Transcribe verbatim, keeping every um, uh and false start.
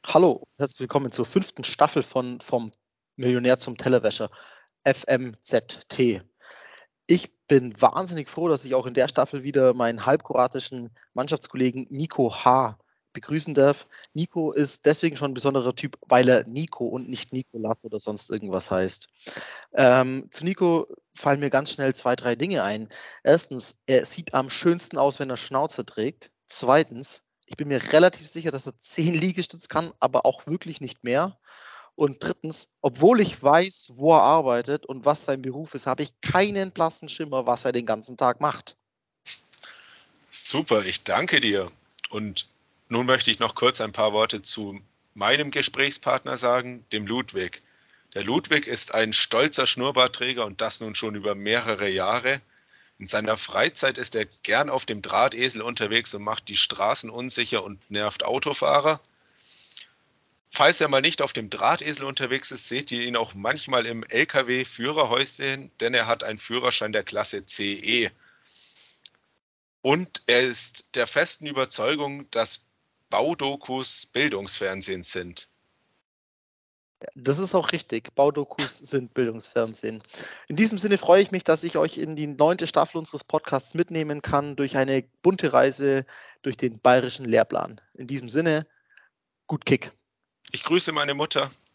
Hallo, herzlich willkommen zur fünften Staffel von Vom Millionär zum Tellerwäscher, F M Z T. Ich bin wahnsinnig froh, dass ich auch in der Staffel wieder meinen halbkroatischen Mannschaftskollegen Nico H. begrüßen darf. Nico ist deswegen schon ein besonderer Typ, weil er Nico und nicht Nikolas oder sonst irgendwas heißt. Ähm, zu Nico fallen mir ganz schnell zwei, drei Dinge ein. Erstens, er sieht am schönsten aus, wenn er Schnauze trägt. Zweitens, ich bin mir relativ sicher, dass er zehn Liegestütz kann, aber auch wirklich nicht mehr. Und drittens, obwohl ich weiß, wo er arbeitet und was sein Beruf ist, habe ich keinen blassen Schimmer, was er den ganzen Tag macht. Super, ich danke dir. Und nun möchte ich noch kurz ein paar Worte zu meinem Gesprächspartner sagen, dem Ludwig. Der Ludwig ist ein stolzer Schnurrbartträger und das nun schon über mehrere Jahre. In seiner Freizeit ist er gern auf dem Drahtesel unterwegs und macht die Straßen unsicher und nervt Autofahrer. Falls er mal nicht auf dem Drahtesel unterwegs ist, seht ihr ihn auch manchmal im L K W-Führerhäuschen, denn er hat einen Führerschein der Klasse C E. Und er ist der festen Überzeugung, dass Baudokus Bildungsfernsehen sind. Das ist auch richtig. Baudokus sind Bildungsfernsehen. In diesem Sinne freue ich mich, dass ich euch in die neunte Staffel unseres Podcasts mitnehmen kann durch eine bunte Reise durch den bayerischen Lehrplan. In diesem Sinne, gut Kick. Ich grüße meine Mutter.